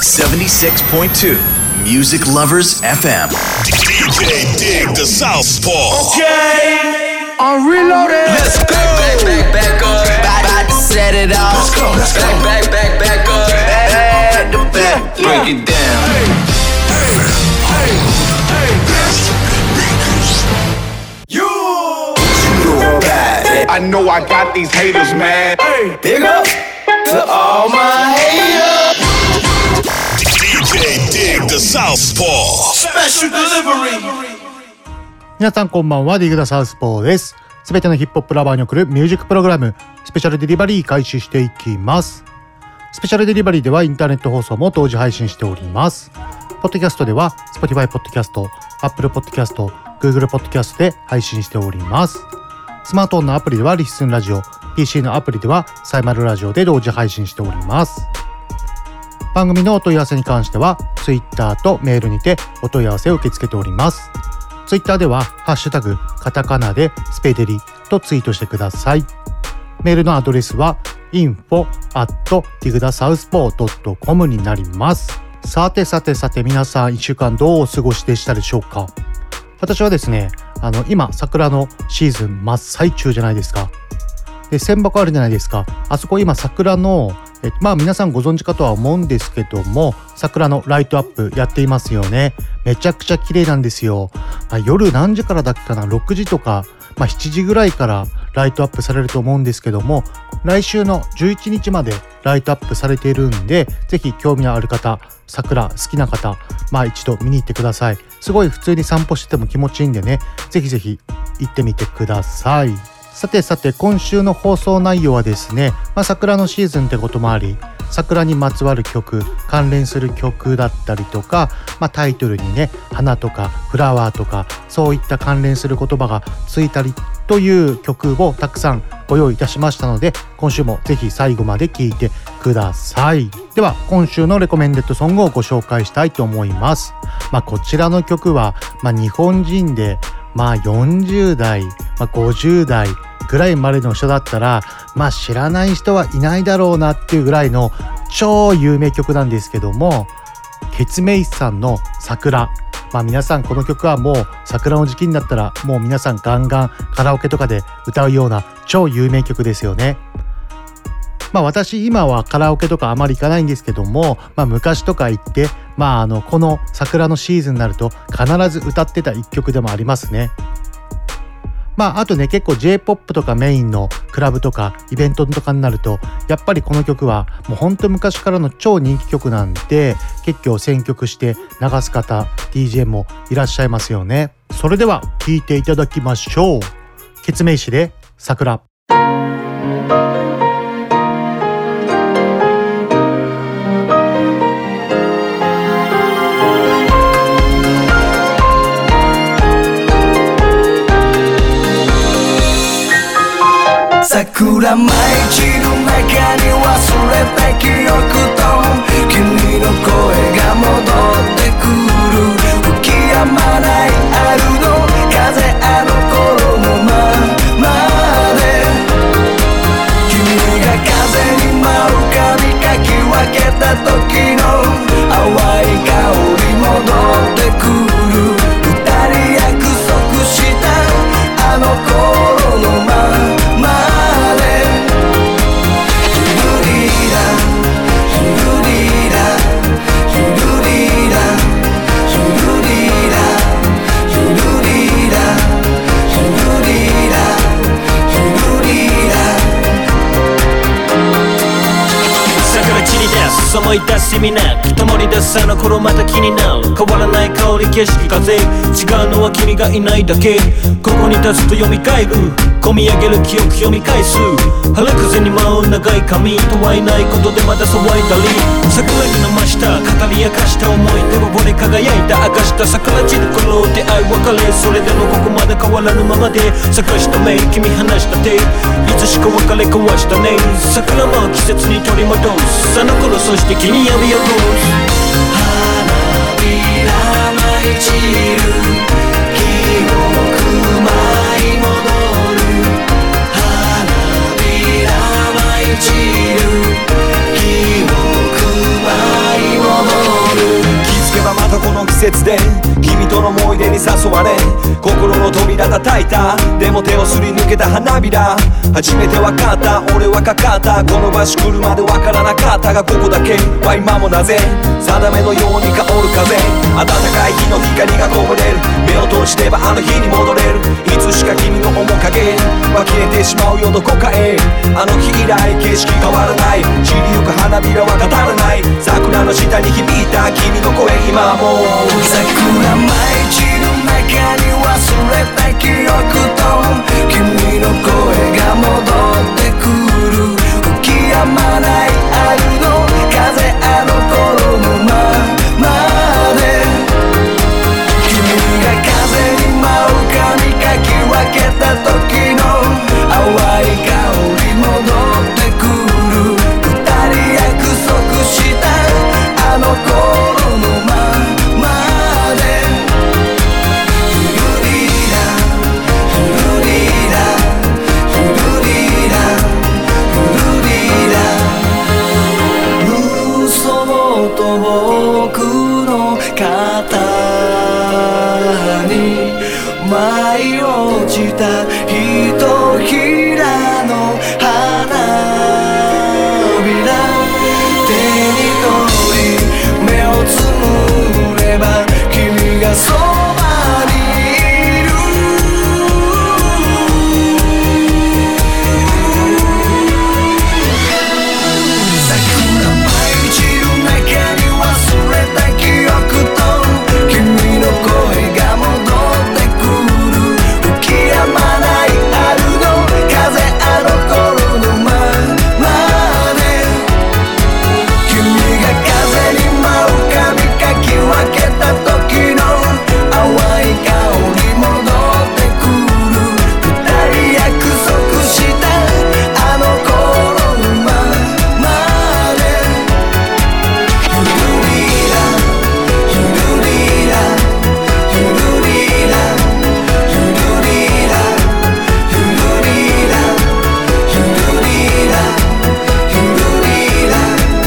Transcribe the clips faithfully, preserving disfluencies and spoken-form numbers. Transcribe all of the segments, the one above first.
seventy-six point two Music Lovers エフエムディージェー Dig the Southpaw. Okay, I'm reloaded. Let's go. Back, back, back, back up. About to set it off. Let's go, let's go. Back, back, back, back up. Back to back. Break it down. Hey, hey, hey, yes. You. I know I got these haters mad. Hey, Big up to all my haters. ディージェー Dig the Southpaw. special delivery. 皆さんこんばんは、ディグダサウスポーです。すべてのヒップホップラバーに送るミュージックプログラムスペシャルデリバリー開始していきます。スペシャルデリバリーではインターネット放送も同時配信しております。ポッドキャストでは Spotify ポッドキャスト、Apple ポッドキャスト、Google ポッドキャストで配信しております。スマートフォンのアプリではリッスンラジオ、ピーシー のアプリではサイマルラジオで同時配信しております。番組のお問い合わせに関しては Twitter とメールにてお問い合わせを受け付けております。Twitter ではハッシュタグカタカナでスペデリとツイートしてください。メールのアドレスは インフォ アット ディグダサウスポー ドットコム になります。さてさてさて皆さんいっしゅうかんどうお過ごしでしたでしょうか。私はですね、あの今桜のシーズン真っ最中じゃないですか。で、千箱あるじゃないですか。あそこ今桜のえまあ皆さんご存知かとは思うんですけども、桜のライトアップやっていますよね。めちゃくちゃ綺麗なんですよ。まあ、夜何時からだっけかな、ろくじとか、まあ、しちじぐらいからライトアップされると思うんですけども、来週のじゅういちにちまでライトアップされているんで、ぜひ興味のある方、桜好きな方、まあ一度見に行ってください。すごい普通に散歩してても気持ちいいんでね、ぜひぜひ行ってみてください。さてさて今週の放送内容はですね、まあ、桜のシーズンってこともあり、桜にまつわる曲、関連する曲だったりとか、まあ、タイトルにね、花とかフラワーとかそういった関連する言葉がついたりという曲をたくさんご用意いたしましたので、今週もぜひ最後まで聴いてください。では今週のレコメンデッドソングをご紹介したいと思います。まあ、こちらの曲は、まあ、日本人でまあよんじゅうだい、まあ、ごじゅうだいぐらいまでの人だったら、まあ知らない人はいないだろうなっていうぐらいの超有名曲なんですけども、ケツメイシさんの桜。まあ皆さんこの曲はもう桜の時期になったらもう皆さんガンガンカラオケとかで歌うような超有名曲ですよね。まあ私今はカラオケとかあまり行かないんですけども、まあ昔とか行って、まああのこの桜のシーズンになると必ず歌ってた一曲でもありますね。まああとね、結構 J-ポップ とかメインのクラブとかイベントとかになると、やっぱりこの曲はもうほんと昔からの超人気曲なんで、結構選曲して流す方 ディージェー もいらっしゃいますよね。それでは聴いていただきましょう。ケツメイシで桜。 桜舞い散る中に忘れた記憶と君の声が戻ってくる。吹き止まない春の風、あの頃のままで君が風に舞う髪かき分けた時の淡い香り戻ってくる。二人約束したあの頃のまま思い出す意味なく灯り出すあの頃また気になる。変わらない香り景色風、違うのは君がいないだけ。ここに立つと読み返る、込み上げる記憶読み返す。春風に舞う長い髪とはいないことでまだ騒いだり、桜に飲ました語り明かした思い出をぼれ輝いた明かした桜散る頃出会い別れ、それでもここまで変わらぬままで咲かした目君離した手、いつしか別れ交わしたね。桜も季節に取り戻すあの頃、そして君呼び起こす。 花びら舞い散る記憶舞い戻る。花びら舞い散る記憶舞い戻る。 この季節で君との思い出に誘われ心の扉叩いた。でも手をすり抜けた花びら、初めて分かった俺はかかった。この場所来るまで分からなかったがここだけは今もなぜ定めのように香る風。暖かい日の光がこぼれる。目を閉じればあの日に戻れる。いつしか君の面影は消えてしまうよどこかへ。あの日以来景色変わらない。散りゆく花びらは語らない。桜の下に響いた君の声今も桜舞い散る中に忘れた記憶と君の声が戻ってくる。吹き止まない春の風、あの頃のままで君が風に舞う髪かき分けた時の淡い香り戻ってくる。二人約束したあの頃のままでゆるりらゆるりらゆるりらゆるりら嘘と僕の肩に舞い落ちたひとひらの花びら、手に取り目をつむれば君がそばにいる。桜舞い散る中に忘れた記憶と君の声が戻ってくる。吹き止まない春の風、あの頃のままで君が風に舞う髪かき分けた時の淡い香り戻ってくる。二人約束したあの頃のままでゆるりらゆるりらゆるりらゆるりらゆるりらゆるりらゆるりら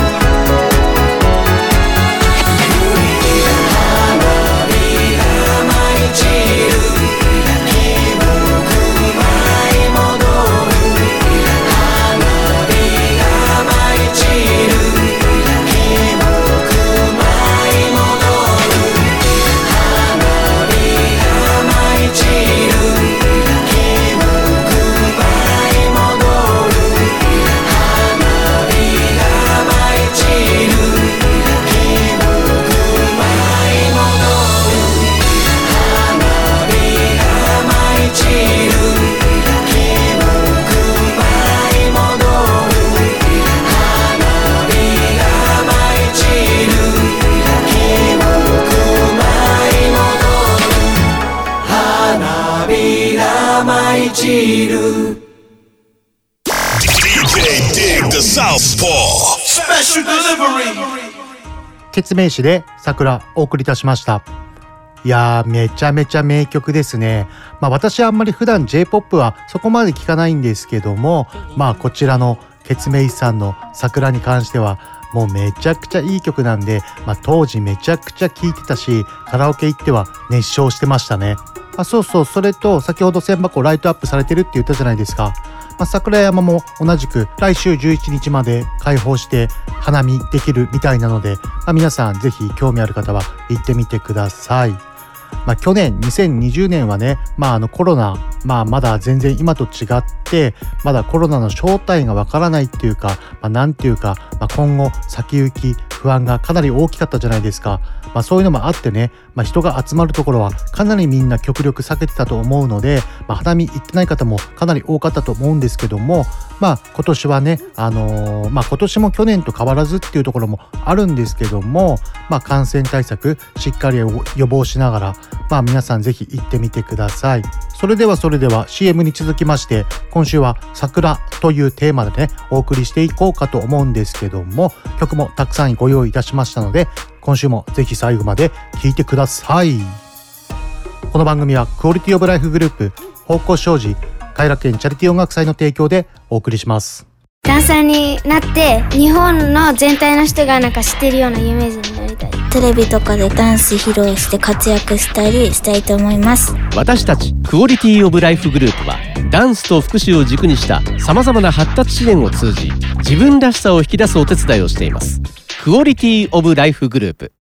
花びら舞い散る気分舞い戻る。花びら舞い散る気分舞い戻る。花びら舞い散る気分舞い戻る。花びら舞い散る気分舞い戻る。花びら舞い散る気分舞い戻る。花びら舞い散る気分舞い戻る。花びら舞い散る。 ディージェー Dig the Southpaw. Special delivery. ケツメイシで桜お送りいたしました。いやーめちゃめちゃ名曲ですね。まあ私はあんまり普段 J-ポップ はそこまで聞かないんですけども、まあこちらのケツメイシさんの桜に関してはもうめちゃくちゃいい曲なんで、まあ当時めちゃくちゃ聴いてたし、カラオケ行っては熱唱してましたね。あ、そうそう、それと先ほど千箱ライトアップされてるって言ったじゃないですか。まあ、桜山も同じく来週じゅういちにちまで開放して花見できるみたいなので、まあ、皆さんぜひ興味ある方は行ってみてください。まあ、去年にせんにじゅうねんはね、まあ、あのコロナ、まあ、まだ全然今と違ってまだコロナの正体がわからないっていうか、まあ、なんていうか、まあ、今後先行き不安がかなり大きかったじゃないですか。まあ、そういうのもあってね、まあ、人が集まるところはかなりみんな極力避けてたと思うので、まあ、花見行ってない方もかなり多かったと思うんですけども、まあ、今年はね、あのーまあ、今年も去年と変わらずっていうところもあるんですけども、まあ、感染対策しっかり予防しながら、まあ、皆さんぜひ行ってみてください。それではそれでは シーエム に続きまして、今週は桜というテーマでねお送りしていこうかと思うんですけども、曲もたくさんご用意いたしましたので、今週もぜひ最後まで聴いてください。この番組はクオリティオブライフグループ方向障子偕楽園チャリティー音楽祭の提供でお送りします。 ダンサーになって日本の全体の人がなんか知ってるような有名人になりたい。 テレビとかでダンス披露して活躍したりしたいと思います。 私たちクオリティオブライフグループはダンスと福祉を軸にしたさまざまな発達支援を通じ自分らしさを引き出すお手伝いをしています。クオリティオブライフグループ。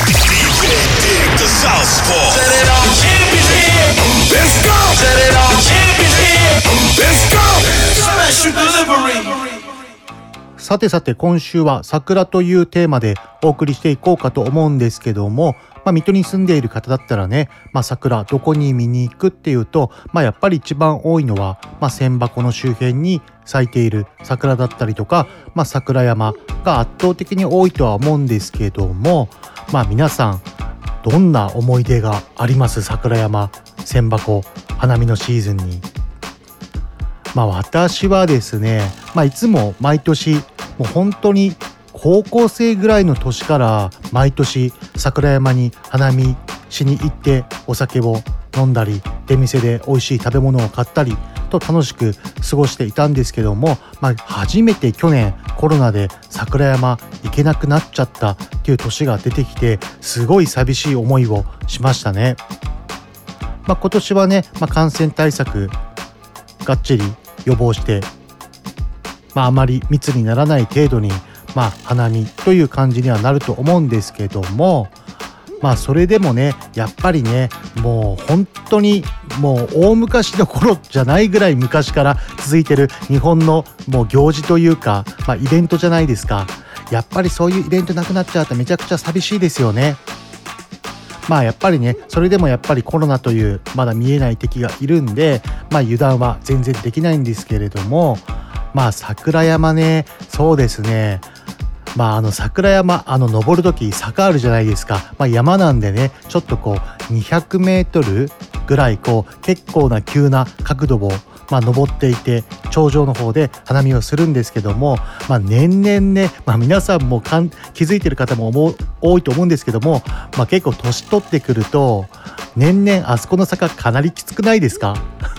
さてさて、今週は桜というテーマでお送りしていこうかと思うんですけども、まあ、水戸に住んでいる方だったらね、まあ、桜どこに見に行くっていうと、まあ、やっぱり一番多いのは、まあ、千箱の周辺に咲いている桜だったりとか、まあ、桜山が圧倒的に多いとは思うんですけども、まあ、皆さんどんな思い出があります？桜山、千箱、花見のシーズンに。まあ、私はですね、まあ、いつも毎年もう本当に高校生ぐらいの年から毎年桜山に花見しに行ってお酒を飲んだり出店で美味しい食べ物を買ったりと楽しく過ごしていたんですけども、まあ、初めて去年コロナで桜山行けなくなっちゃったっていう年が出てきて、すごい寂しい思いをしましたね。まあ、今年はね、まあ、感染対策がっちり予防して、まあ、あまり密にならない程度に、まあ、花見という感じにはなると思うんですけども、まあそれでもね、やっぱりね、もう本当にもう大昔の頃じゃないぐらい昔から続いてる日本のもう行事というか、まあ、イベントじゃないですか。やっぱりそういうイベントなくなっちゃうとめちゃくちゃ寂しいですよね。まあやっぱりね、それでもやっぱりコロナというまだ見えない敵がいるんで、まあ油断は全然できないんですけれども、まあ桜山ね、そうですね、まああの桜山、あの登るとき坂あるじゃないですか。まあ山なんでね、ちょっとこうにひゃくメートルぐらいこう結構な急な角度をまあ登っていて、頂上の方で花見をするんですけども、まあ年々ね、まあ皆さんもかん気づいてる方も思う多いと思うんですけども、まあ結構年取ってくると年々あそこの坂かなりきつくないですか？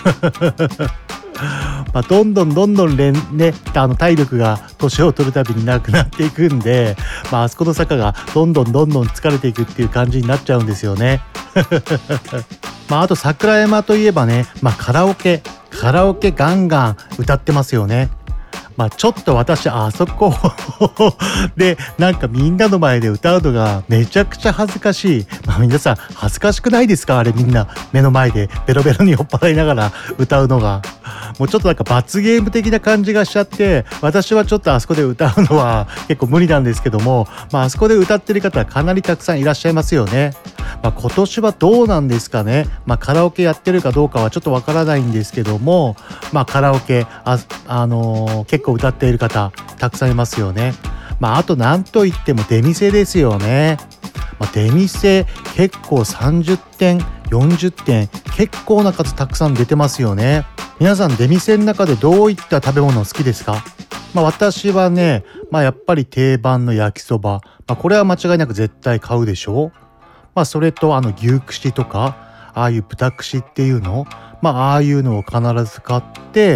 まあどんどんどんどん連ね、あの体力が年を取るたびになくなっていくんで、まああそこの坂がどんどんどんどん疲れていくっていう感じになっちゃうんですよね。まああと桜山といえばね、まあカラオケカラオケガンガン歌ってますよね。まあちょっと私あそこでなんかみんなの前で歌うのがめちゃくちゃ恥ずかしい。まあ皆さん恥ずかしくないですか？あれみんな目の前でベロベロに酔っ払いながら歌うのが。もうちょっとなんか罰ゲーム的な感じがしちゃって、私はちょっとあそこで歌うのは結構無理なんですけども、まああそこで歌ってる方はかなりたくさんいらっしゃいますよね。まあ今年はどうなんですかね。まあカラオケやってるかどうかはちょっとわからないんですけども、まあカラオケあ、あのー、結構歌っている方たくさんいますよね。まああとなんといっても出店ですよね。まあ、出店結構さんじゅってんよんじゅってん結構な数たくさん出てますよね。皆さん出店の中でどういった食べ物好きですか？まあ私はね、まあやっぱり定番の焼きそば、まあこれは間違いなく絶対買うでしょう。まあそれとあの牛串とかああいう豚串っていうの、まあああいうのを必ず買って、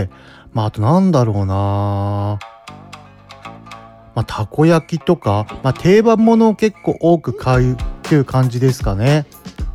まああとなんだろうな、まあたこ焼きとか、まあ定番ものを結構多く買うっていう感じですかね。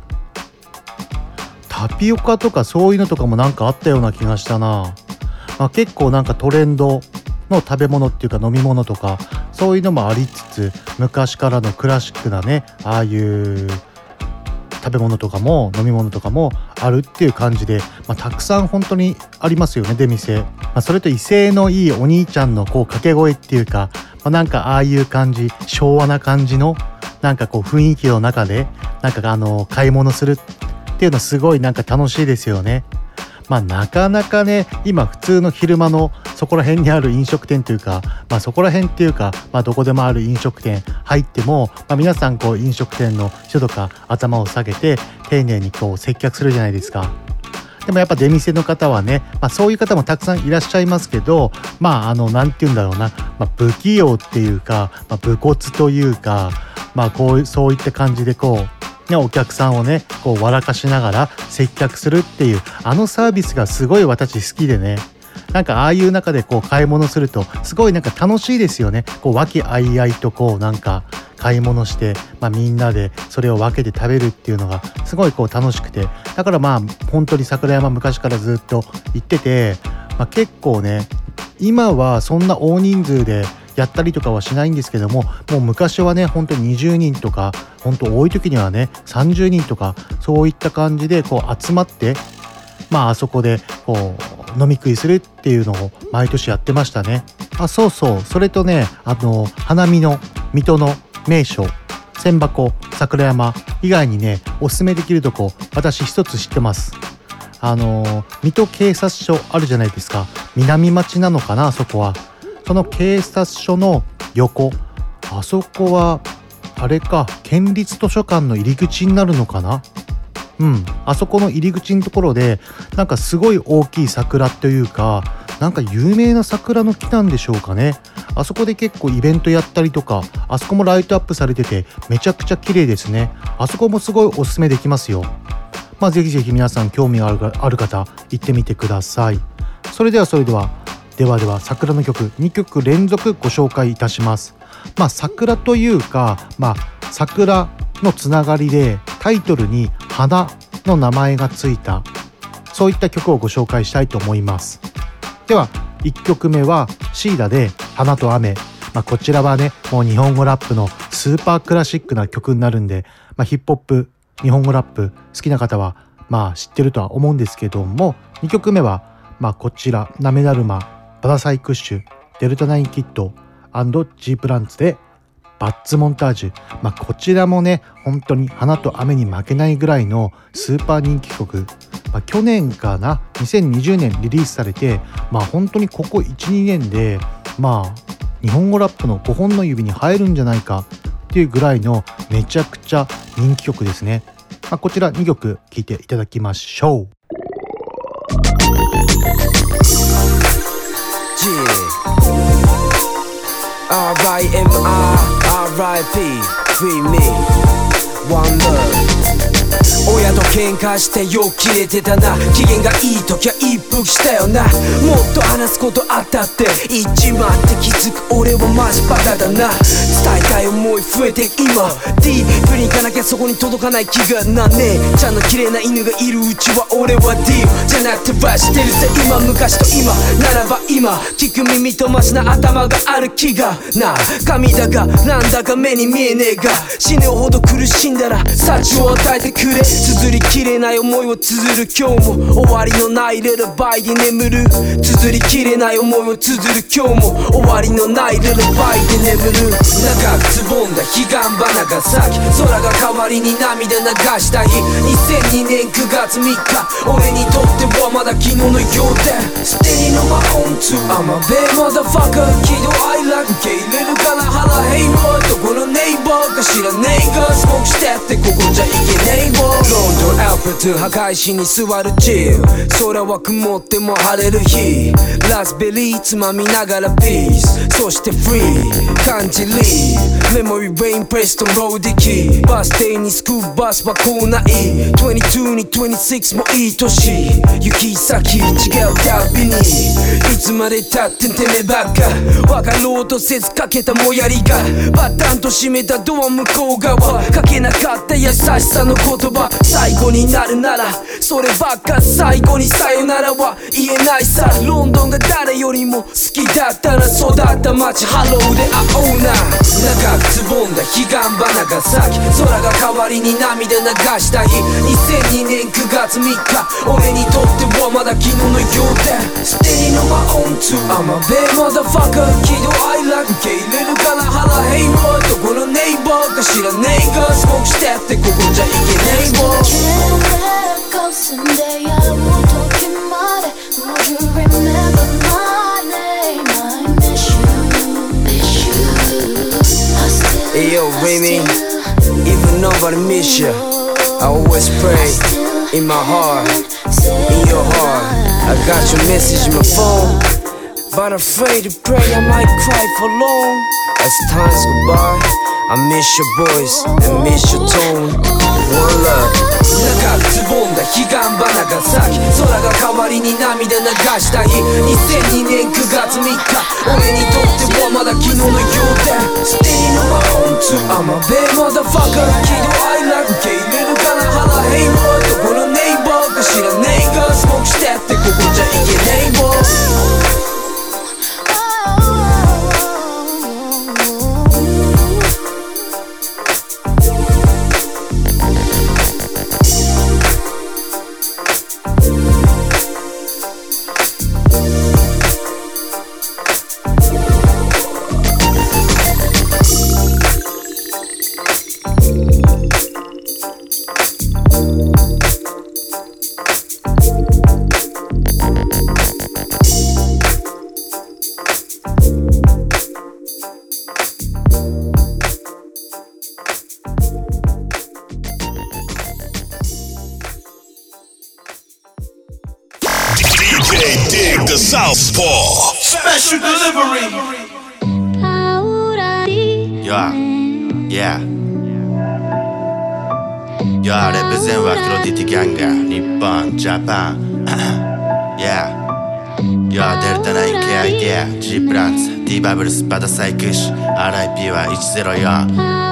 タピオカとかそういうのとかもなんかあったような気がしたな。まあ、結構なんかトレンドの食べ物っていうか飲み物とかそういうのもありつつ、昔からのクラシックなね、ああいう食べ物とかも飲み物とかもあるっていう感じで、まあ、たくさん本当にありますよね、出店。まあ、それと威勢のいいお兄ちゃんのこう掛け声っていうか、まあ、なんかああいう感じ、昭和な感じのなんかこう雰囲気の中でなんかあの買い物するっていうのすごいなんか楽しいですよね。まあなかなかね、今普通の昼間のそこら辺にある飲食店というか、まあそこら辺っていうか、まあどこでもある飲食店入っても、まあ皆さんこう飲食店の人とか頭を下げて丁寧にこう接客するじゃないですか。でもやっぱ出店の方はね、まあそういう方もたくさんいらっしゃいますけど、まああのなんて言うんだろうな、まあ不器用っていうか、まあ武骨というか、まあこうそういった感じでこう、ね、お客さんをねこう笑かしながら接客するっていうあのサービスがすごい私好きでね、なんかああいう中でこう買い物するとすごいなんか楽しいですよね。こう和気あいあいとこうなんか買い物して、まあ、みんなでそれを分けて食べるっていうのがすごいこう楽しくて、だからまあ本当に桜山昔からずっと行ってて、まあ、結構ね今はそんな大人数でやったりとかはしないんですけども、もう昔はね本当ににじゅうにんとか、本当多い時にはねさんじゅうにんとか、そういった感じでこう集まって、まああそこでこう飲み食いするっていうのを毎年やってましたね。あ、そうそう、それとね、あの花見の水戸の名所千箱桜山以外にねおすすめできるとこ、私一つ知ってます。あの水戸警察署あるじゃないですか。南町なのかな、あそこは。その警察署の横、あそこはあれか、県立図書館の入り口になるのかな。うん、あそこの入り口のところでなんかすごい大きい桜というか、なんか有名な桜の木なんでしょうかね。あそこで結構イベントやったりとか、あそこもライトアップされててめちゃくちゃ綺麗ですね。あそこもすごいおすすめできますよ。まあぜひぜひ皆さん興味があるある方行ってみてください。それではそれではではでは桜の曲にきょく連続ご紹介いたします。まあ桜というか、まあ桜のつながりでタイトルに花の名前がついた、そういった曲をご紹介したいと思います。ではいっきょくめはシーダで花と雨。まあ、こちらはねもう日本語ラップのスーパークラシックな曲になるんで、まあ、ヒップホップ日本語ラップ好きな方はまあ知ってるとは思うんですけども、にきょくめはまあこちらなめだるま、バダサイクッシュ、デルタナインキッド&ジープランツでバッツモンタージュ。まあこちらもね本当に花と雨に負けないぐらいのスーパー人気曲。まあ、去年かなにせんにじゅうねんリリースされて、まあ本当にここ いちにねんでまあ日本語ラップのごほんの指に入るんじゃないかっていうぐらいのめちゃくちゃ人気曲ですね。まあ、こちらにきょく聴いていただきましょう。 アールアイエムアールアールアイピー Free me One love 親と喧嘩してよくキレてたな。機嫌がいい時は一服したよな。もっと話すことあったって言っちまって気づく俺はマジバカだな。伝えたい思い増えて今ディープに行かなきゃそこに届かない気がなんねえ。ちゃんと綺麗な犬がいるうちは俺はディープじゃなくてバしてるぜ。今昔と今ならば今聞く耳とましな頭がある気がな。神だがなんだか目に見えねえが死ぬほど苦しんだら幸を与えてくれ。綴りきれない思いを綴る今日も終わりのないルルバイで眠る。綴りきれない思いを綴る今日も終わりのないルルバイで眠る。長くつぼんだ彼岸花が咲き空が代わりに涙流した日にせんにねんくがつみっか俺にとってはまだ昨日のようで Steady on my own too I'm a bad motherfucker 喜怒哀楽受け入れるから腹平和どこのネイバーか知らねえがスモークしてってここじゃいけねえわ。ロンドンアルプトゥ破壊しに座るチル空は曇っても晴れる日ラズベリーつまみながらピースそしてフリー感じリーメモリーレインプレストローディキーバス停にスクーバスは来ないにじゅうにににじゅうろくもいい年行き先違うたびにいつまでたってんてめばっか分かろうとせずかけたもやりがバタンと閉めたドア向こう側かけなかった優しさの言葉最後になるならそればっか最後にさよならは言えないさ。ロンドンが誰よりも好きだったら育った街ハローで会おうな。長くつぼんだ彼岸花が咲き空が代わりに涙流した日にせんにねんくがつみっか俺にとってはまだ昨日のようで Steady on my own too I'm a bad motherfucker 喜怒哀楽受け入れるから腹平和どこのネイバーか知らねえがスモークしてってここじゃいけねえわ。 Can't let go someday I won't talk in my day Will you remember my name I miss you miss you I still Hey yo Remy even nobody miss you I always pray in my heart in your heart I got your message in my phone but afraid to pray I might cry for long as times go by I miss your voice and miss your tone One love 長くつぼんだ彼岸花が咲き空が代わりに涙流した日にせんにねんくがつみっか俺にとってはまだ昨日のようだ Standing on my own too I'm a bad motherfucker 喜怒哀楽受け入れるかな腹平和どこのネイバーか知らねえがスモークしてってここじゃいけねえもん Southpaw Special delivery Yeah Yeah Yeah represent はクロディティギャンガー日本ジャパンYeah Yeah デルタ ナインケーアイ ディア G プランツ D バブルスバダサイクシ アールアイピー はいちゼロよん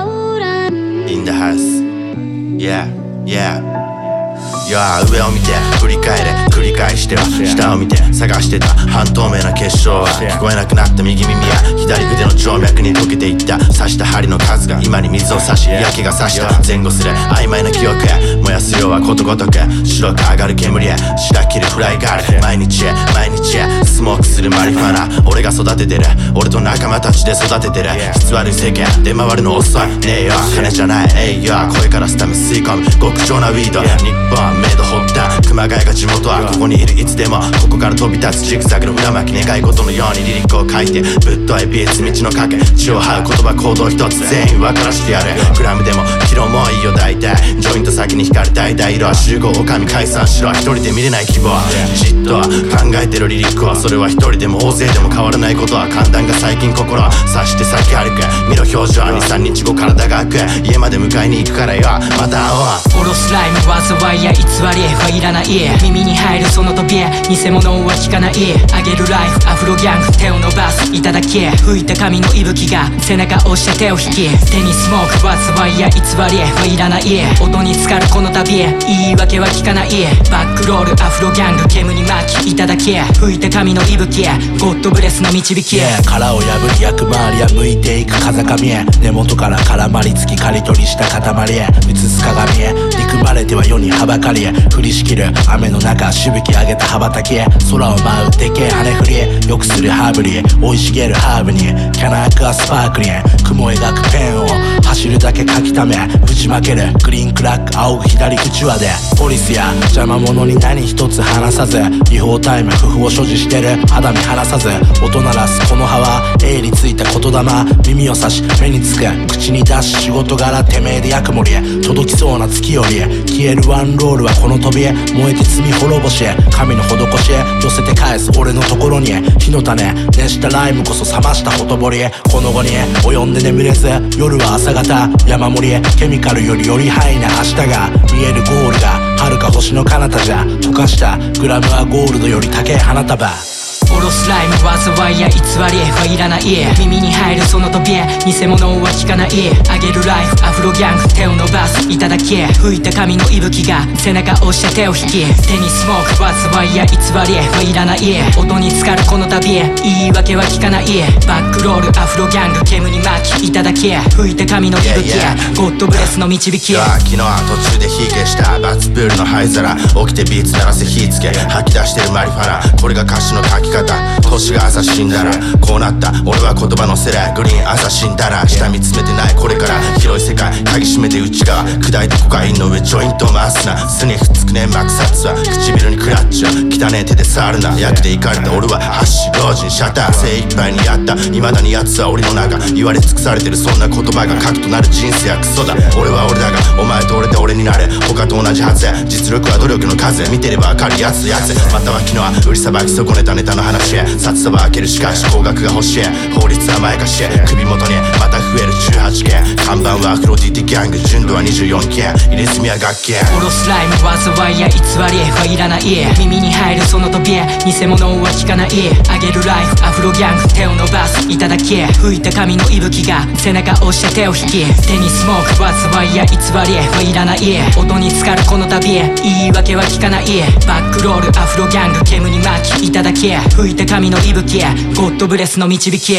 In the house Yeah Yeahやあ上を見て振り返れ繰り返しては下を見て探してた半透明な結晶は聞こえなくなった右耳や左腕の静脈に溶けていった刺した針の数が今に水を差し焼けが差した前後すれ曖昧な記憶へ燃やすようはことごとく白く上がる煙へ白切るフライガール毎日へ毎日へスモークするマリファナ俺が育ててる俺と仲間たちで育ててる質悪い世間出回るの遅いねえよ金じゃないえいよ声からスタム吸い込む極上なウィード日本メイド発端熊谷が地元はここにいるいつでもここから飛び立つジグザグの裏巻き願い事のようにリリックを書いてぶっといビーツ道の賭け血を這う言葉行動一つ全員分からしてやるグラムでもキロもいいよ大体ジョイント先に光る大体色は集合女将解散しろ一人で見れない希望じっと考えてるリリックはそれは一人でも大勢でも変わらないことは簡単が最近心を察して先歩く見ろ表情にさんにちご体が開く家まで迎えに行くからよまた会おうおろすライム災いや偽りはいらない耳に入るその時計偽物は聞かないあげるライフアフロギャング手を伸ばすいただき吹いた髪の息吹が背中押して手を引き手にスモーク災いや偽りはいらない音に浸かるこの旅言い訳は聞かないバックロールアフロギャング煙に巻きいただき吹いた髪の息吹ゴッドブレスの導き殻を破り役回りや向いていく風上へ根元から絡まりつき刈り取りした塊へ映す鏡へ憎まれては世にはばかりへ降りしきる雨の中しぶき上げた羽ばたきへ空を舞うでけえ羽振りよくするハーブリー生い茂るハーブにキャナークはスパークリン雲描くペンを走るだけ書きためぶちまけるグリーンクラック仰ぐ左口輪でポリスや邪魔者に何一つ話さず違法タイム不法を所持してる肌身離さず音鳴らすこの葉は鋭利ついた言霊耳を差し目につく口に出し仕事柄てめえで役盛り届きそうな月より消えるワンロールはこの飛び燃えて罪滅ぼし神の施し寄せて返す俺のところに火の種熱したライムこそ冷ましたほとぼりこの後に及んで眠れず夜は朝方山盛りケミカルよりよりハイな明日が見えるゴールが遥か星の彼方じゃ溶かしたグラムはゴールドより高い花束おろすライム災いや偽りはいらない耳に入るその時計偽物は聞かないあげるライフアフロギャング手を伸ばすいただき吹いた髪の息吹が背中押して手を引き手にスモーク災いや偽りはいらない音に浸かるこの旅言い訳は聞かないバックロールアフロギャング煙に巻きいただき吹いた髪の息吹ゴッドブレスの導き昨日は途中で火消したバツプールの灰皿起きてビーツ鳴らせ火つけ吐き出してるマリファナこれが歌詞の書き方年が朝死んだらこうなった俺は言葉のせらグリーン朝死んだら下見つめてないこれから広い世界鍵閉めて内側砕いてコカインの上ジョイントを回すなスニフつくねマクサツは唇にクラッチを汚ねえ手で触るな役でいかれた俺は発し老人シャッター精一杯にやった未だに奴は俺の中言われ尽くされてるそんな言葉が核となる人生はクソだ俺は俺だがお前と俺で俺になれ他と同じはず実力は努力の数見てればわかるやつやつまたは昨日は売りさばき損ねたネタの話へ札束開けるしかし高額が欲しい法律甘やかし首元にまた増えるじゅうはちけん看板はアフロディティギャング純度はにじゅうよんけん入れ墨は楽器おろすライム災いや偽りはいらない耳に入るその飛び偽物は聞かないあげるライフアフロギャング手を伸ばすいただき吹いた髪の息吹が背中押して手を引き手にスモーク災いや偽りはいらない音に浸かるこの旅言い訳は聞かないバックロールアフロギャング煙に巻きいただき吹いた髪の息吹ゴッドブレスの導き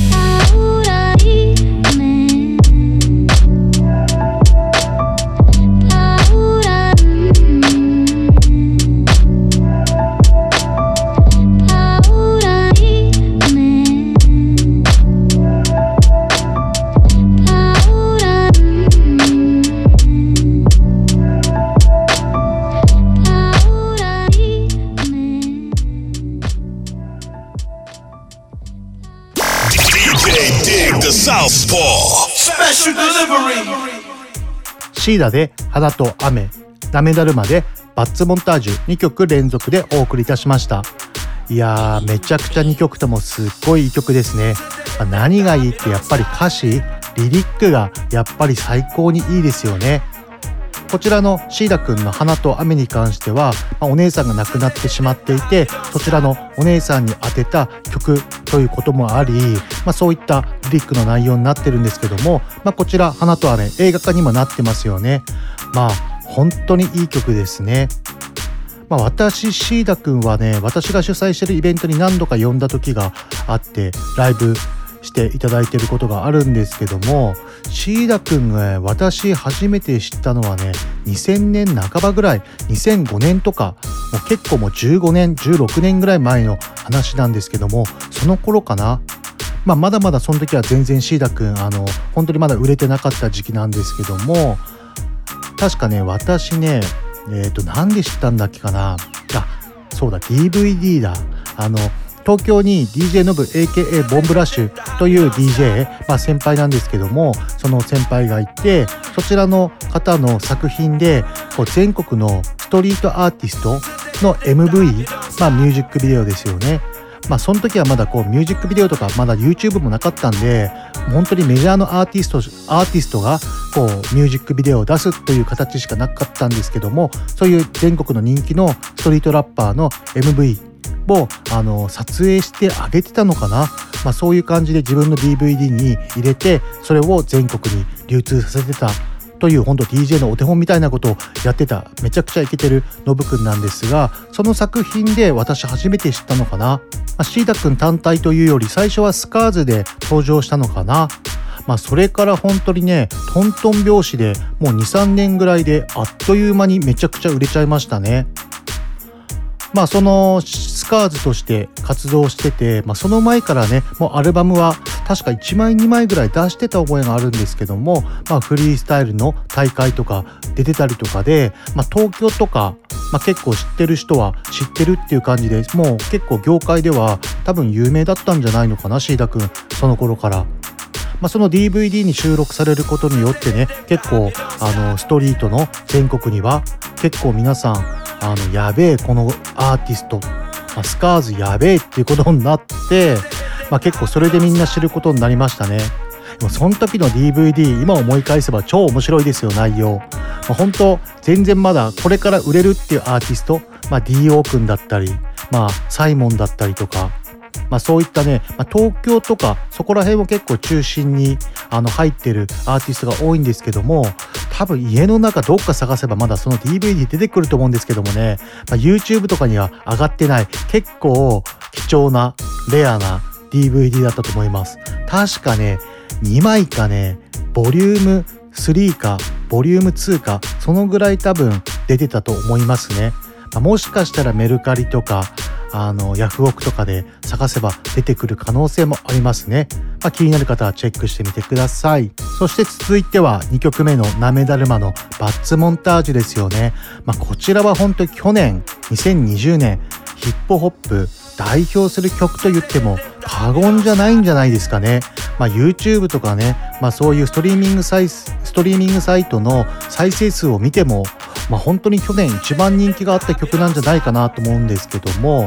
シーダで花と雨、なめだるまでバッツモンタージュにきょく連続でお送りいたしました。いやーめちゃくちゃにきょくともすっごいいい曲ですね。まあ、何がいいってやっぱり歌詞、リリックがやっぱり最高にいいですよね。こちらのシーダくんの花と雨に関しては、まあ、お姉さんが亡くなってしまっていてそちらのお姉さんに当てた曲ということもあり、まあ、そういったリリックの内容になってるんですけども、まあ、こちら花と雨映画化にもなってますよね。まあ本当にいい曲ですね。まあ、私シーダくんはね私が主催してるイベントに何度か呼んだ時があってライブしていただいていることがあるんですけども、シーダくんが私初めて知ったのはねにせんねんなかばぐらい、にせんごねんとかもう結構もうじゅうごねんじゅうろくねんぐらい前の話なんですけども、その頃かな。まあまだまだその時は全然シーダくんあの本当にまだ売れてなかった時期なんですけども、確かね私ねえっとなんで知ったんだっけかなあ、そうだ ディーブイディー だ。あの東京に ディージェー ノブ エーケーエー ボンブラッシュという ディージェー、まあ、先輩なんですけども、その先輩がいてそちらの方の作品でこう全国のストリートアーティストの エムブイ、まあ、ミュージックビデオですよね。まあその時はまだこうミュージックビデオとかまだ YouTube もなかったんで本当にメジャーのアーティストアーティストがこうミュージックビデオを出すという形しかなかったんですけども、そういう全国の人気のストリートラッパーの エムブイをあの撮影してあげてたのかな、まあ、そういう感じで自分の ディーブイディー に入れてそれを全国に流通させてたという本当 ディージェー のお手本みたいなことをやってためちゃくちゃイケてるノブくんなんですが、その作品で私初めて知ったのかな、まあ、シーダくん単体というより最初はスカーズで登場したのかな。まあそれから本当にねトントン拍子でもう にさんねんぐらいであっという間にめちゃくちゃ売れちゃいましたね。まあそのスカーズとして活動してて、まあ、その前からねもうアルバムは確かいちまいにまいぐらい出してた覚えがあるんですけども、まあ、フリースタイルの大会とか出てたりとかで、まあ、東京とか、まあ、結構知ってる人は知ってるっていう感じでもう結構業界では多分有名だったんじゃないのかなシーダくんその頃から。まあ、その ディーブイディー に収録されることによってね結構あのストリートの全国には結構皆さんあのやべえこのアーティスト、まあ、スカーズやべえっていうことになって、まあ、結構それでみんな知ることになりましたね。でもその時の ディーブイディー 今思い返せば超面白いですよ内容。まあ、本当全然まだこれから売れるっていうアーティスト、まあ、ディーオー 君だったり、まあ、サイモンだったりとか、まあ、そういったね、まあ、東京とかそこら辺も結構中心にあの入ってるアーティストが多いんですけども、多分家の中どっか探せばまだその ディーブイディー 出てくると思うんですけどもね、まあ、YouTube とかには上がってない結構貴重なレアな ディーブイディー だったと思います。確かねにまいかねボリュームスリーかボリュームツーかそのぐらい多分出てたと思いますね。まあ、もしかしたらメルカリとかあのヤフオクとかで探せば出てくる可能性もありますね。まあ、気になる方はチェックしてみてください。そして続いてはにきょくめのなめだるまのバッツモンタージュですよね。まあ、こちらは本当に去年にせんにじゅうねんヒップホップ代表する曲と言っても過言じゃないんじゃないですかね。まあ、YouTube とかね、まあ、そういうストリーミングサイストリーミングサイトの再生数を見ても、まあ、本当に去年一番人気があった曲なんじゃないかなと思うんですけども、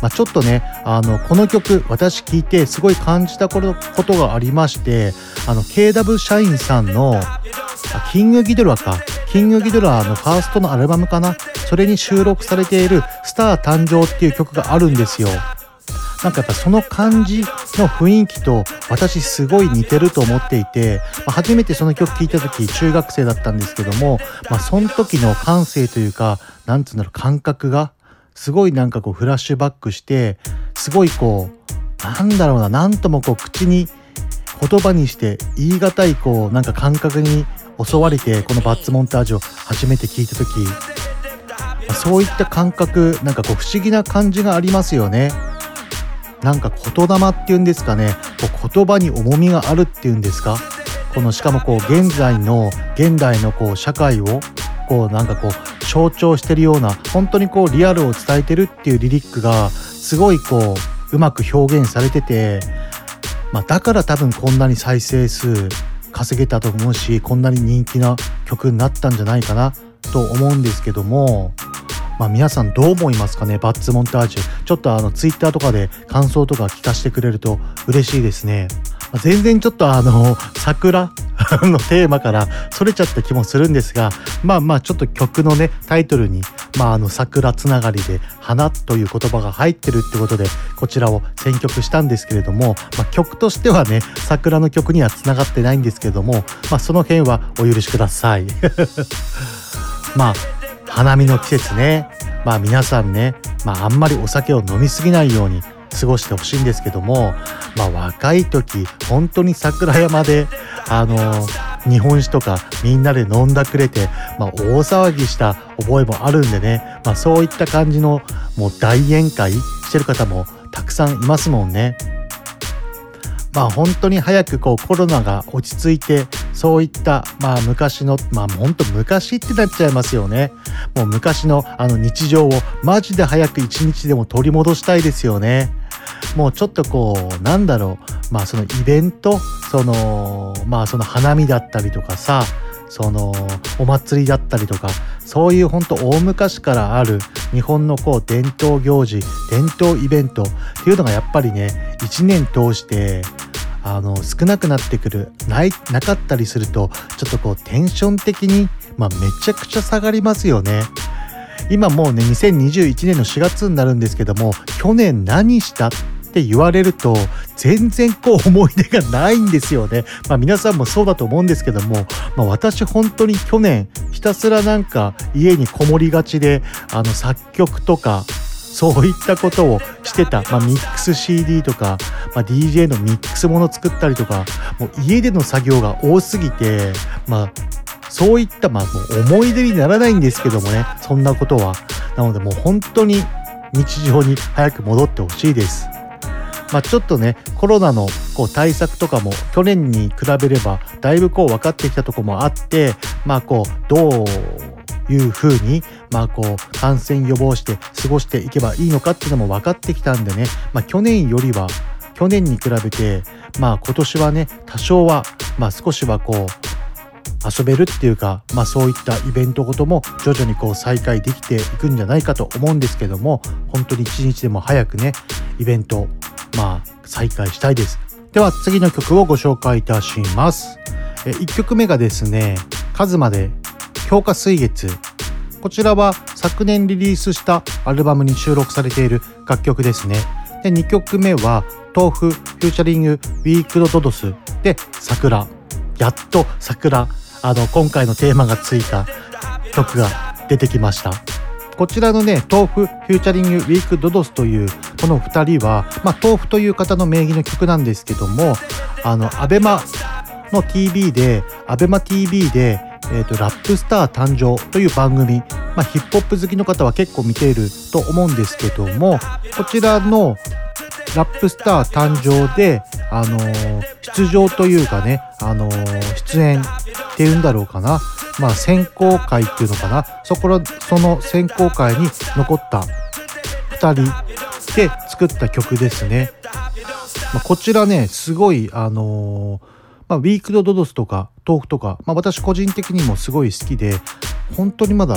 まあ、ちょっとねあのこの曲私聴いてすごい感じたことがありまして、あの ケーダブリュー 社員さんのキングギドラかキングギドラのファーストのアルバムかな、それに収録されているスター誕生っていう曲があるんですよ。なんかやっぱその感じの雰囲気と私すごい似てると思っていて、まあ、初めてその曲聴いた時中学生だったんですけども、まあ、その時の感性というかなんつうんだろう感覚がすごいなんかこうフラッシュバックして、すごいこうなんだろうな、なんともこう口に言葉にして言い難いこうなんか感覚に襲われて、このバッツモンタージュを初めて聴いた時、まあ、そういった感覚なんかこう不思議な感じがありますよね。なんか言霊っていうんですかね、こう言葉に重みがあるっていうんですか、このしかもこう現在の現代のこう社会をこうなんかこう象徴してるような、本当にこうリアルを伝えてるっていうリリックがすごいこううまく表現されてて、まあ、だから多分こんなに再生数稼げたと思うし、こんなに人気な曲になったんじゃないかなと思うんですけども、まあ、皆さんどう思いますかね。バッツモンタージュちょっとあのツイッターとかで感想とか聞かせてくれると嬉しいですね。まあ、全然ちょっとあの桜のテーマからそれちゃった気もするんですが、まあまあちょっと曲のねタイトルに、まあ、あの桜つながりで花という言葉が入ってるってことでこちらを選曲したんですけれども、まあ、曲としてはね桜の曲にはつながってないんですけども、まあ、その辺はお許しくださいまあ花見の季節ね、まあ皆さんね、まああんまりお酒を飲みすぎないように過ごしてほしいんですけども、まあ若い時本当に桜山であのー、日本酒とかみんなで飲んだくれて、まあ大騒ぎした覚えもあるんでね、まあそういった感じのもう大宴会してる方もたくさんいますもんね。まあ本当に早くこうコロナが落ち着いて、そういったまあ昔のまあ本当昔ってなっちゃいますよね。もう昔のあの日常をマジで早く一日でも取り戻したいですよね。もうちょっとこうなんだろう、まあそのイベント、そのまあその花見だったりとかさ、そのお祭りだったりとか、そういう本当大昔からある日本のこう伝統行事、伝統イベントっていうのがやっぱりね一年通してあの少なくなってくる、ないなかったりするとちょっとこうテンション的にまあめちゃくちゃ下がりますよね。今もうねにせんにじゅういちねんのしがつになるんですけども、去年何したって言われると全然こう思い出がないんですよね。まあ皆さんもそうだと思うんですけども、まあ私本当に去年ひたすらなんか家にこもりがちで、あの作曲とかそういったことをしてた、まあ、ミックス シーディー とか、まあ、ディージェー のミックスもの作ったりとか、もう家での作業が多すぎて、まあそういったまあもう思い出にならないんですけどもね、そんなことは。なのでもう本当に日常に早く戻ってほしいです。まあちょっとねコロナのこう対策とかも去年に比べればだいぶこう分かってきたところもあって、まあこうどういうふうにまあこう感染予防して過ごしていけばいいのかっていうのも分かってきたんでね、まあ去年よりは去年に比べてまあ今年はね多少はまあ少しはこう遊べるっていうか、まあそういったイベントごとも徐々にこう再開できていくんじゃないかと思うんですけども、本当に一日でも早くねイベントまあ再開したいです。では次の曲をご紹介いたします。えいっきょくめがですね、カズマで強化水月。こちらは昨年リリースしたアルバムに収録されている楽曲ですね。でにきょくめは豆腐フューチャリングウィークドドドスで桜。やっと桜、あの今回のテーマがついた曲が出てきました。こちらのね豆腐フューチャリングウィークドドスというこのふたりは、まあ、豆腐という方の名義の曲なんですけども、あのアベマの ティーブイ でアベマ ティーブイ で、えーと、ラップスター誕生という番組、まあ、ヒップホップ好きの方は結構見ていると思うんですけども、こちらのラップスター誕生で、あのー、出場というかね、あのー、出演っていうんだろうかな、まあ選考会っていうのかな、そこらその選考会に残ったふたりで作った曲ですね。まあ、こちらねすごいあのー、まあ、ウィークドドドスとか豆腐とか、まあ、私個人的にもすごい好きで、本当にまだ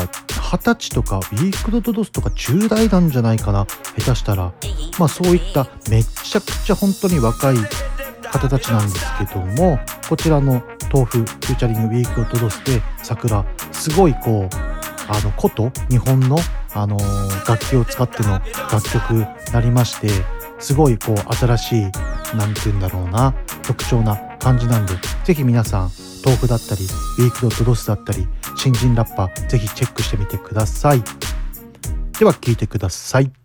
はたちとかウィークドドドスとかじゅう代なんじゃないかな、下手したら。まあそういっためちゃくちゃ本当に若い方たちなんですけども、こちらの豆腐フューチャリングウィークドドドスで桜、すごいこうあの琴、日本の、あのー、楽器を使っての楽曲になりまして、すごいこう新しい、なんて言うんだろうな、特徴な感じなんで、ぜひ皆さん豆腐だったりウィークドドドスだったり新人ラッパーぜひチェックしてみてください。では聴いてください。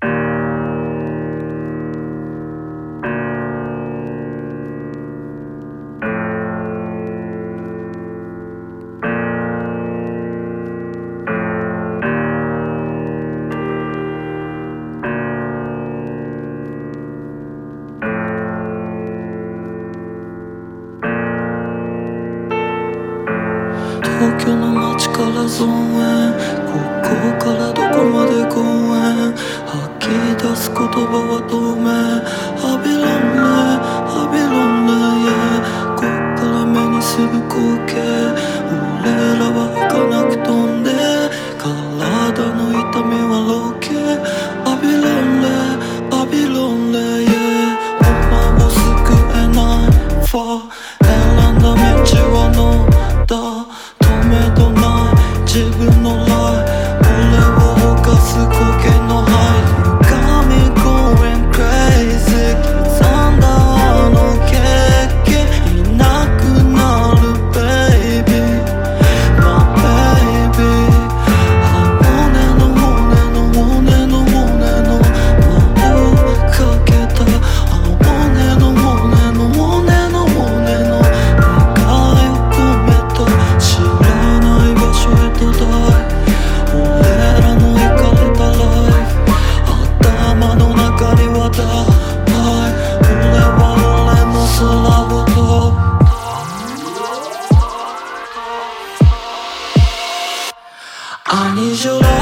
東京の街から造園、ここからどこまで公園、吐き出す言葉は透明、ハビロンレハビロンレ、yeah、こっから目にする光景、俺らは儚く飛んで、体の痛みはロケ、ハビロンレハビロンレ、yeah、お前を救えないファ選んだ道はノーだ、止めどない自分のライフ、俺を犯す苔のハイ、 You got me going crazy、 刻んだあのケーキいなくなる baby my baby、 あ、骨の骨の骨の骨の輪をかけた、あ、骨の骨の骨の骨の願いを込めた、知らない場所へとだい、俺らの行かれたライフ、頭の中にはだい、俺は俺の空を飛ぶ、I need your love、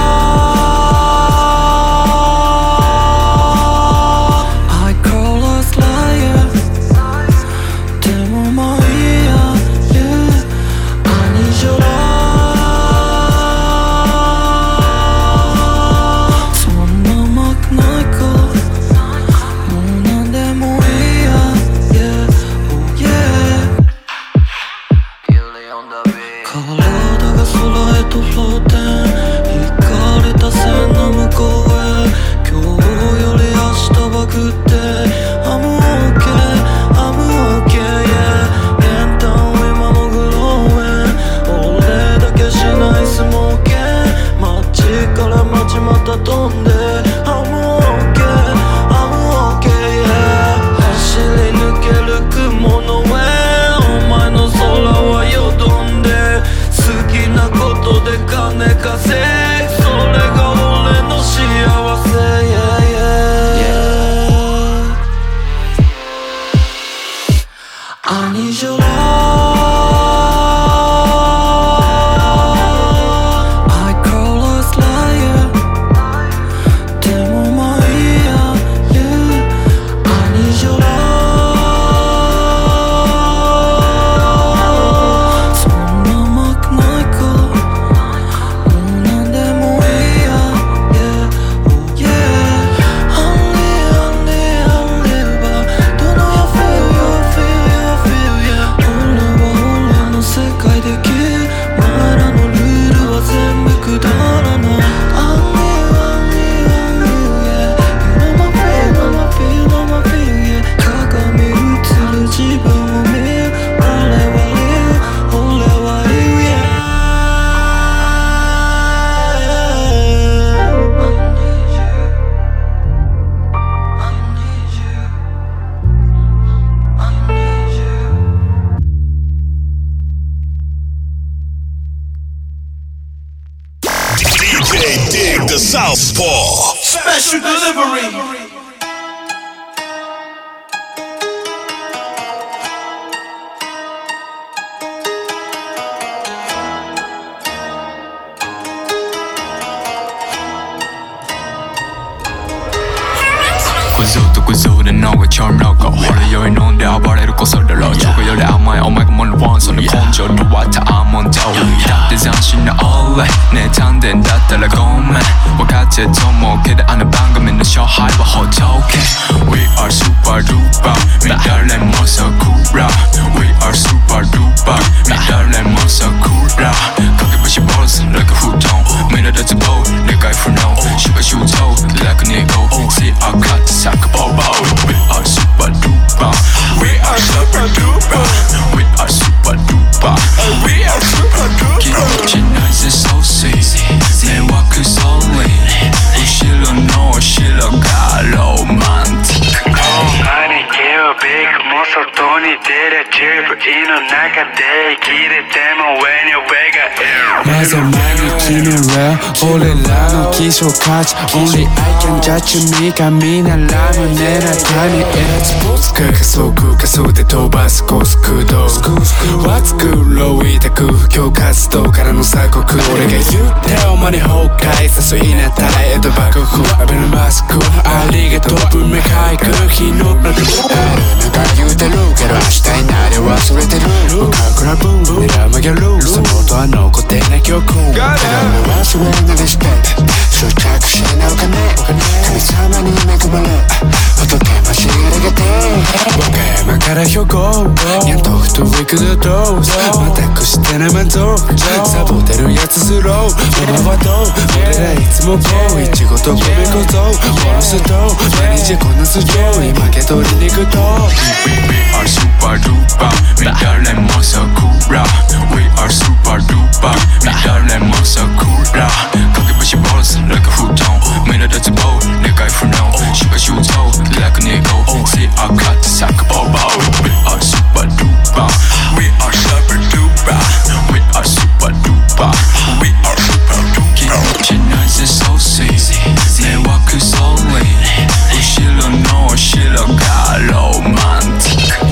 I call us liar、 でもまあいいや、yeah、 I need your love、 そんな甘くないか、もうなんでもいいや、yeah、oh yeah、 体が空へとフローテン、引かれた線の向こうへ、今日より明日はグッデイ、 I'm okay I'm okay yeah、 エンタン今もグローエン、俺だけしないスモーケン、街から街また飛んで、 I'm okay I'm okay yeah、 走り抜ける雲の上、お前の空はよどんで、好きなことで金稼い、それが俺の幸せ、yeah, yeah. I need your love、 I call us liar、 でもまあいいや、yeah、 I need your love、 そんな甘くないか、もうなんでもいいや、yeah、oh yeah、 Only only only but don't know you feel you feel you feel yeah、 俺は俺の世界でき、お前らのルールは全部くだらない、 Only only only yeah、 You know my feel know my feel know my feel yeah、 鏡映る自分を見る、俺はいる俺はいる yeah、 D J Dig the Southpaw. Special delivery. クズとクズで脳がちょんろこ、ほろ酔い飲んで暴れるこそだろ、チョコより甘いお前が物ワン、その根性の割ったアーモンド、だってで斬新な俺妬んでんだったらごめん分かってと思うけどあの番組の勝敗はほどけ We are super duper 見誰も桜 We are super duper 見誰も桜かけ橋ボールするlike a 布団みんな脱帽理解不能主が修造楽に行こう See our cut サッカーボーボー We are super duper We are super duper We are super duper We are super duper 気持ちないぜそうし迷惑そうに後ろの後ろがロマンティック兄貴はビッグも外に出れチューブ胃の中で生きれても上に上がいるまずは前に決めろ俺らの希少価値 Only I can judge me 神なら胸な谷へ空仮想空仮想で飛ばす高速度 What's good low 痛く不況活動からの鎖国俺が言ってお前に崩壊誘いなたら江戸爆風浴びるマスクありがとう文明回復日のラブなんか言うてるけど明日になり忘れてる向かうクラブ狙う曲げるその音は残ってない曲けど俺忘れないリスペクト執着しないお金神様に恵まれ仏ましありがて和歌山から兵庫やんとふと行くのどうまたくしてな満足サボってるやつスローママはどう俺らいつもこういちごと米粉とおろすと毎日こなす上位負け取りに行くと We are super duper 見誰も桜 We are super duper 見誰も桜かけ橋ボールするlike a 布団みんな脱帽理解不能主が修造楽に行こう See our cut サッカーボーボー We are super duper We are super duper We are super duper We are super duper 気持ちないぜそうし迷惑そうに後ろの後ろがロマンティック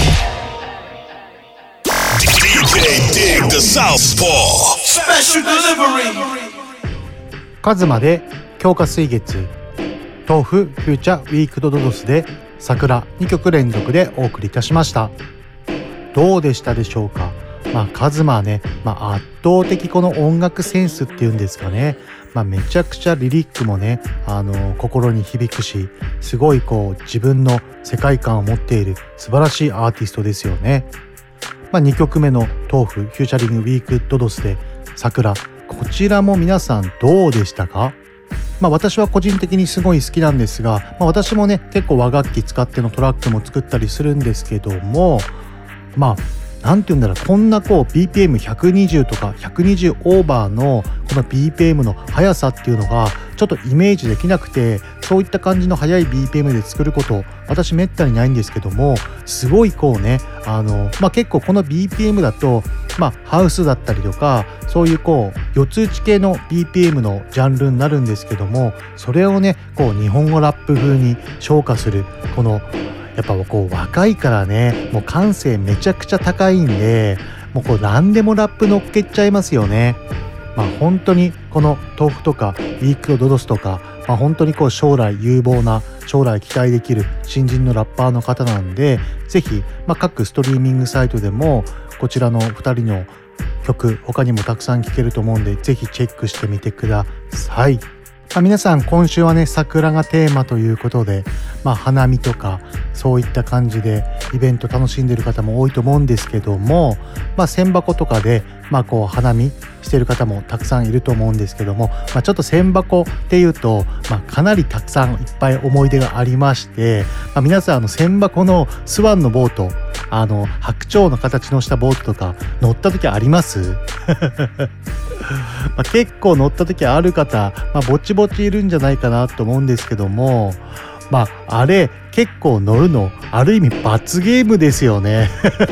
ディージェーDig the Southpaw Special delivery カズマで強化水月、豆腐フューチャーウィークドドドスで桜にきょく連続でお送りいたしました。どうでしたでしょうか。まあカズマはね、まあ、圧倒的この音楽センスっていうんですかね、まあ、めちゃくちゃリリックもね、あの心に響くし、すごいこう自分の世界観を持っている素晴らしいアーティストですよね。まあ、にきょくめの豆腐フューチャリングウィークドドスで桜、こちらも皆さんどうでしたか。まあ私は個人的にすごい好きなんですが、まあ、私もね結構和楽器使ってのトラックも作ったりするんですけども、まあなんて言うんだろう、こんなこう ビーピーエムひゃくにじゅう とかひゃくにじゅうオーバーのこの ビーピーエム の速さっていうのがちょっとイメージできなくて、そういった感じの速い ビーピーエム で作ること私めったにないんですけども、すごいこうね、あのまあ結構この ビーピーエム だとまあハウスだったりとかそういうこう四つ打ち系の ビーピーエム のジャンルになるんですけども、それをねこう日本語ラップ風に昇華するこのやっぱこう若いからね、もう感性めちゃくちゃ高いんで、もうこう何でもラップ乗っけちゃいますよね。まあ本当にこの豆腐とかウィークドドスとか、まあ、本当にこう将来有望な将来期待できる新人のラッパーの方なんで、ぜひ、まあ、各ストリーミングサイトでもこちらのふたりの曲他にもたくさん聴けると思うんで、ぜひチェックしてみてください。まあ、皆さん今週はね桜がテーマということで、まあ、花見とかそういった感じでイベント楽しんでる方も多いと思うんですけども、まあ、千箱とかで、まあ、こう花見してる方もたくさんいると思うんですけども、まあ、ちょっと千箱っていうと、まあ、かなりたくさんいっぱい思い出がありまして、まあ、皆さんあの千箱のスワンのボート、あの白鳥の形のしたボートとか乗った時ありますまあ結構乗った時ある方、まあ、ぼちぼちいるんじゃないかなと思うんですけども、まああれ結構乗るのある意味罰ゲームですよね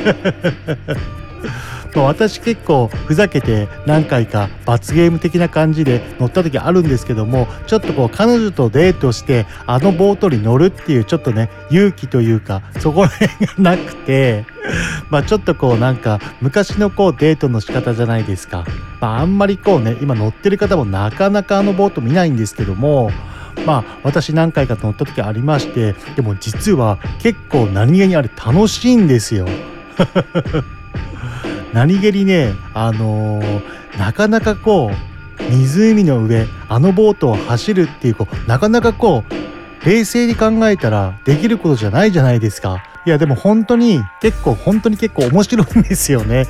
まあ私結構ふざけて何回か罰ゲーム的な感じで乗った時あるんですけども、ちょっとこう彼女とデートしてあのボートに乗るっていうちょっとね勇気というかそこら辺がなくてまあちょっとこうなんか昔のこうデートの仕方じゃないですか。まああんまりこうね今乗ってる方もなかなかあのボート見ないんですけども、まあ私何回か乗った時ありまして、でも実は結構何気にあれ楽しいんですよ何気にねあのー、なかなかこう湖の上あのボートを走るっていうこうなかなかこう冷静に考えたらできることじゃないじゃないですか。いやでも本当に結構本当に結構面白いんですよね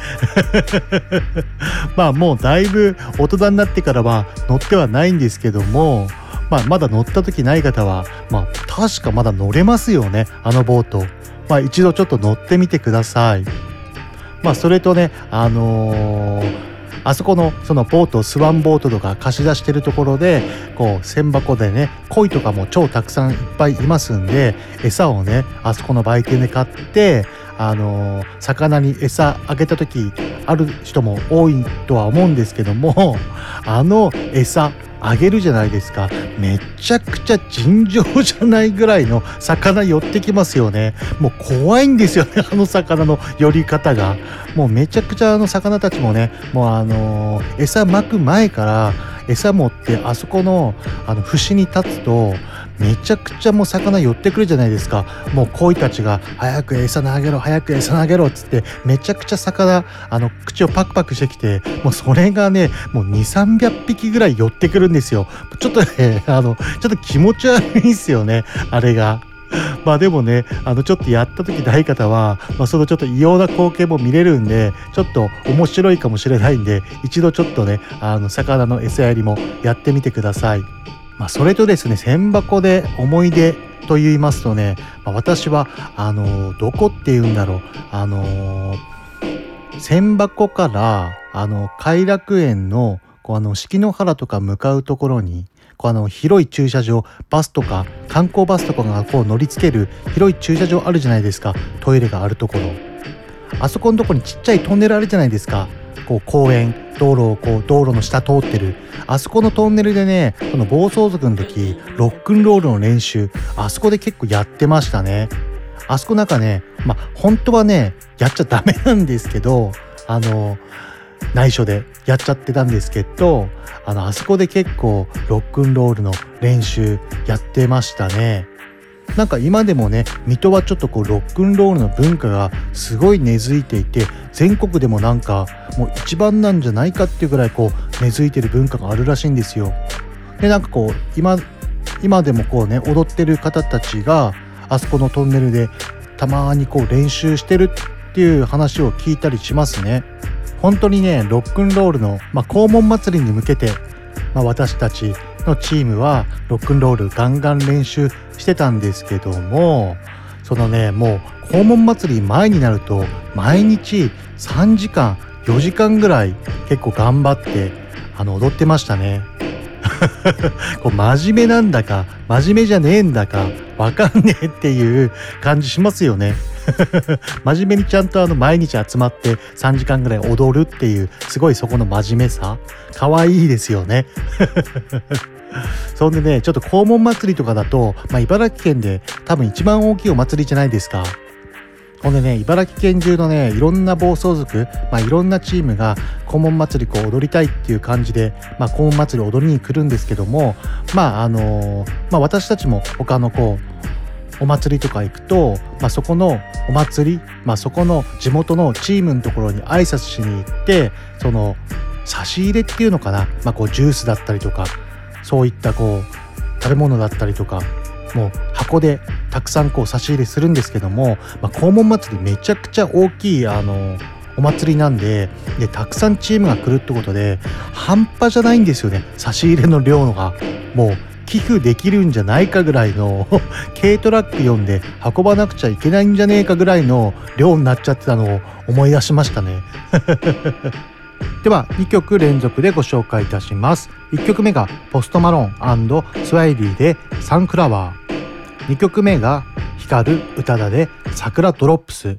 まあもうだいぶ大人になってからは乗ってはないんですけども、まあ、まだ乗った時ない方はまあ確かまだ乗れますよねあのボート。まあ一度ちょっと乗ってみてください。まあそれとねあのーあそこのそのボートスワンボートとか貸し出してるところでこう千箱でね鯉とかも超たくさんいっぱいいますんで、餌をねあそこの売店で買ってあのー、魚に餌あげた時ある人も多いとは思うんですけども、あの餌あげるじゃないですか。めちゃくちゃ尋常じゃないぐらいの魚寄ってきますよね。もう怖いんですよねあの魚の寄り方が。もうめちゃくちゃあの魚たちもねもうあのー、餌まく前から餌持ってあそこのあの節に立つとめちゃくちゃもう魚寄ってくるじゃないですか。もう鯉たちが早く餌投げろ早く餌投げろっつってめちゃくちゃ魚あの口をパクパクしてきて、もうそれがねもうにせんさんびゃくぴきぐらい寄ってくるんですよ。ちょっとねあのちょっと気持ち悪いんですよねあれが。まあでもねあのちょっとやった時ない方は、まあ、そのちょっと異様な光景も見れるんでちょっと面白いかもしれないんで、一度ちょっとねあの魚の餌やりもやってみてください。まあ、それとですね千箱で思い出と言いますとね、まあ、私はあのどこっていうんだろうあの千箱からあの偕楽園のこうあの四季の原とか向かうところにこうあの広い駐車場バスとか観光バスとかがこう乗りつける広い駐車場あるじゃないですか。トイレがあるところ、あそこのところにちっちゃいトンネルあるじゃないですか。こう公園道路をこう道路の下通ってるあそこのトンネルでね、この暴走族の時ロックンロールの練習あそこで結構やってましたね。あそこなんかねまあ本当はねやっちゃダメなんですけどあの内緒でやっちゃってたんですけど、あのあそこで結構ロックンロールの練習やってましたね。なんか今でもね水戸はちょっとこうロックンロールの文化がすごい根付いていて、全国でもなんかもう一番なんじゃないかっていうぐらいこう根付いてる文化があるらしいんですよ。でなんかこう今今でもこうね踊ってる方たちがあそこのトンネルでたまにこう練習してるっていう話を聞いたりしますね。本当にねロックンロールの、まあ、黄門祭りに向けて、まあ、私たちのチームはロックンロールガンガン練習してたんですけども、そのねもう黄門祭り前になると毎日さんじかんよじかんぐらい結構頑張ってあの踊ってましたねこう真面目なんだか真面目じゃねえんだかわかんねえっていう感じしますよね真面目にちゃんとあの毎日集まってさんじかんぐらい踊るっていうすごいそこの真面目さ可愛いですよねそんでねちょっと黄門祭りとかだと、まあ、茨城県で多分一番大きいお祭りじゃないですか。ほんでね茨城県中のねいろんな暴走族、まあ、いろんなチームが黄門祭りこう踊りたいっていう感じで、まあ、黄門祭り踊りに来るんですけども、まああのーまあ、私たちも他のこうお祭りとか行くと、まあ、そこのお祭り、まあ、そこの地元のチームのところに挨拶しに行って、その差し入れっていうのかな、まあ、こうジュースだったりとかそういったこう食べ物だったりとかもう箱でたくさんこう差し入れするんですけども、まあ、黄門祭りめちゃくちゃ大きいあのお祭りなんで、でたくさんチームが来るってことで半端じゃないんですよね。差し入れの量がもう寄付できるんじゃないかぐらいの軽トラック呼んで運ばなくちゃいけないんじゃねえかぐらいの量になっちゃってたのを思い出しましたねではにきょく連続でご紹介いたします。いっきょくめがポストマロン&スワイリーでサンフラワー、にきょくめが光る宇多田で桜ドロップス。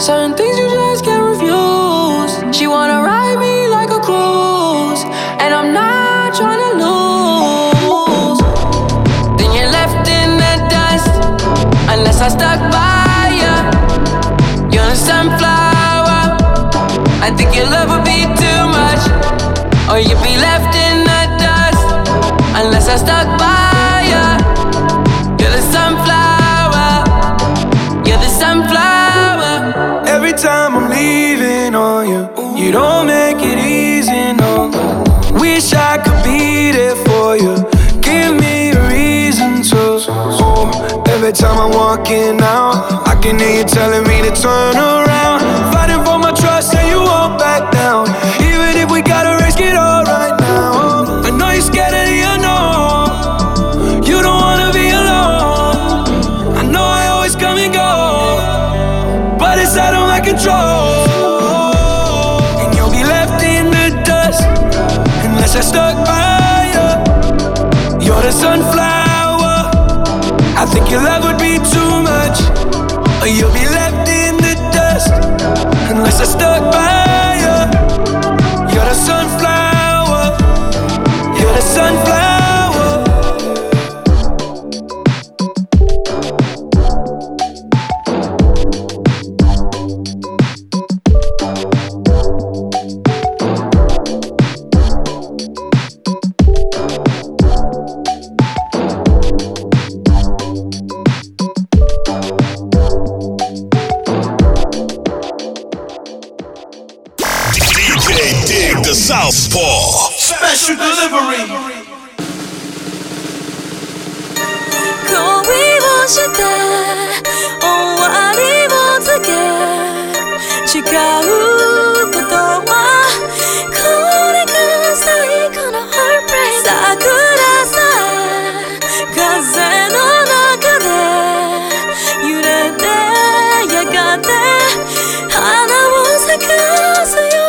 certain things you just can't refuse. She wanna ride me like a cruise, and I'm not trying to lose. Then you're left in the dust, unless I stuck by ya. You're a sunflower, I think your love would be too much, or you'd be left in the dust, unless I stuck by ya. You're the sunflower, you're the sunflower. Every time I'm leaving on you, you don't make it easy, no. Wish I could be there for you, give me a reason to. Oh, every time I'm walking out, I can hear you telling me to turn around. Fighting for my trust and you won't back down. Even if we gotta risk it all right now. I know you're scared of the unknown, you don't wanna be alone. I know I always come and go, but it's out of my control. And you'll be left in the dust, unless I stuck by you. You're the sunflower, I think your love would be too much, or you'll be left in the dust, unless I stuck by you. You're the sunflower, you're the sunflower. Southpaw Special Delivery 恋をして終わりを告げ誓うことはこれが最後の Heartbreak 桜さえ風の中で揺れてやがて花を咲かすよ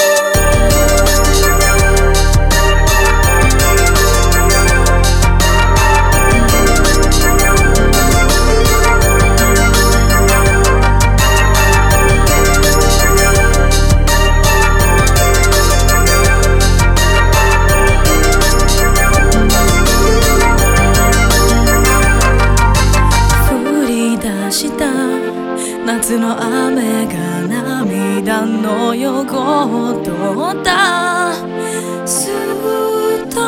夏の雨が涙の横を通ったすっと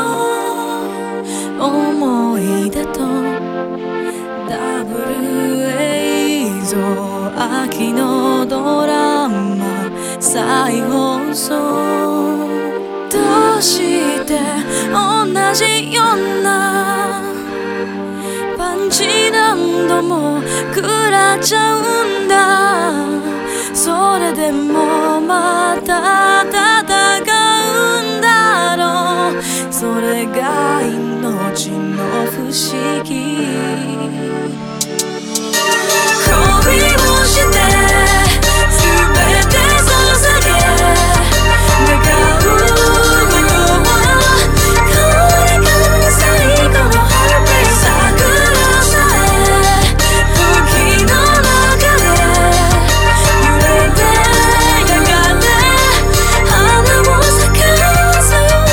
思い出とダブル映像秋のドラマ再放送どうして同じようなパンチ何度も食らっちゃうんだそれでもまた戦うんだろうそれが命の不思議恋をして全て捧げ願うことはこれが最後の Heartbreak 桜さえ時の中で揺れてやがて花を咲かすよ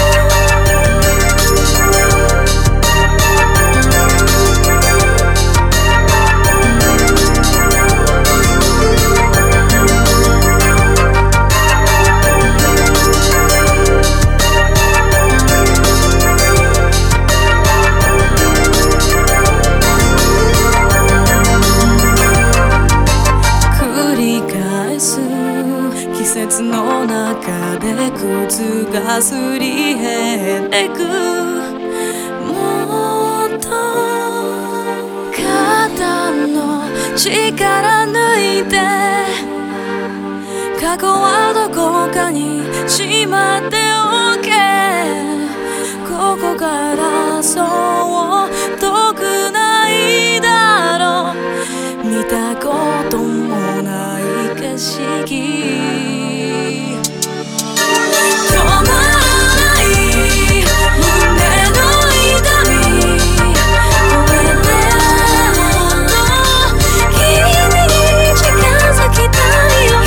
繰り返す季節の中で靴がすり減ってくもっと肩の力抜いて過去はどこかにしまっておけここからそう遠くないだろう見たこともない景色止まらない胸の痛みこれでもっと君に近づきたいよ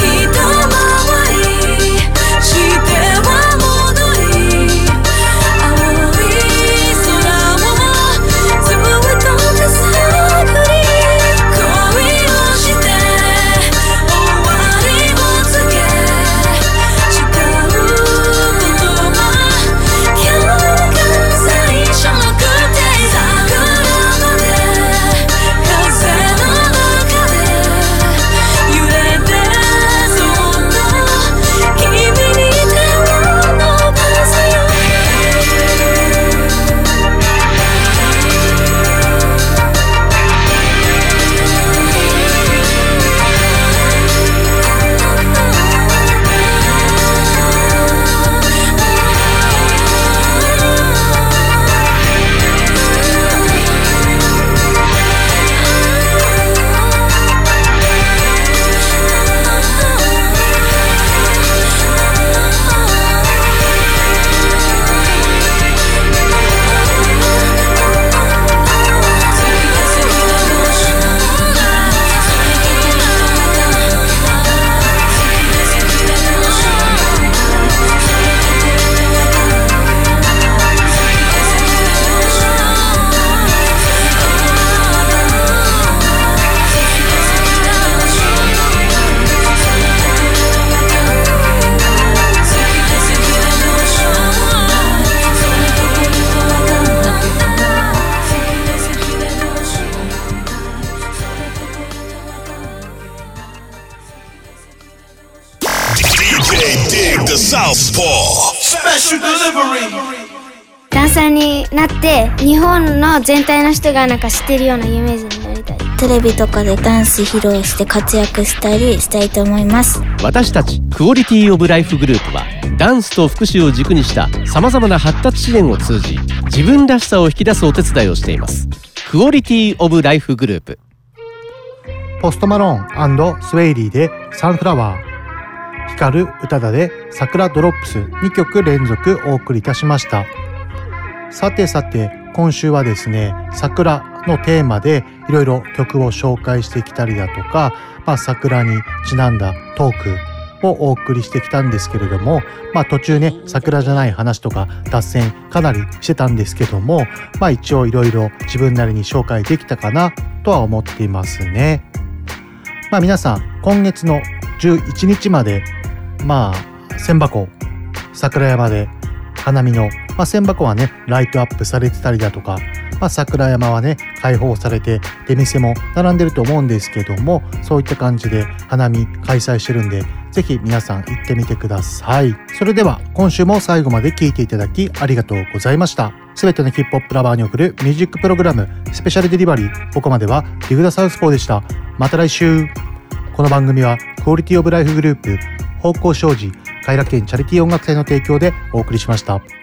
special delivery ダンサーになって日本の全体の人がなんか知ってるような有名人になりたい。 テレビとかでダンス披露して活躍したりしたいと思います。 私たちクオリティオブライフグループはダンスと福祉を軸にしたさまざまな発達支援を通じ自分らしさを引き出すお手伝いをしています。クオリティオブライフグループ。 ポストマローン&スウェイリーでサンフラワー、光る宇多田で桜ドロップスにきょく連続お送りいたしました。さてさて今週はですね、桜のテーマでいろいろ曲を紹介してきたりだとか、まあ、桜にちなんだトークをお送りしてきたんですけれども、まあ、途中ね桜じゃない話とか脱線かなりしてたんですけども、まあ、一応いろいろ自分なりに紹介できたかなとは思っていますね。まあ、皆さん今月のじゅういちにちまでまあ千波湖桜山で花見の、まあ、千波湖はねライトアップされてたりだとか、まあ、桜山はね開放されて出店も並んでると思うんですけども、そういった感じで花見開催してるんでぜひ皆さん行ってみてください。それでは今週も最後まで聞いていただきありがとうございました。すべてのヒップホップラバーに送るミュージックプログラムスペシャルデリバリー、ここまではディグダサウスポーでした。また来週。この番組はクオリティオブライフグループ、方向障子、偕楽園チャリティー音楽祭の提供でお送りしました。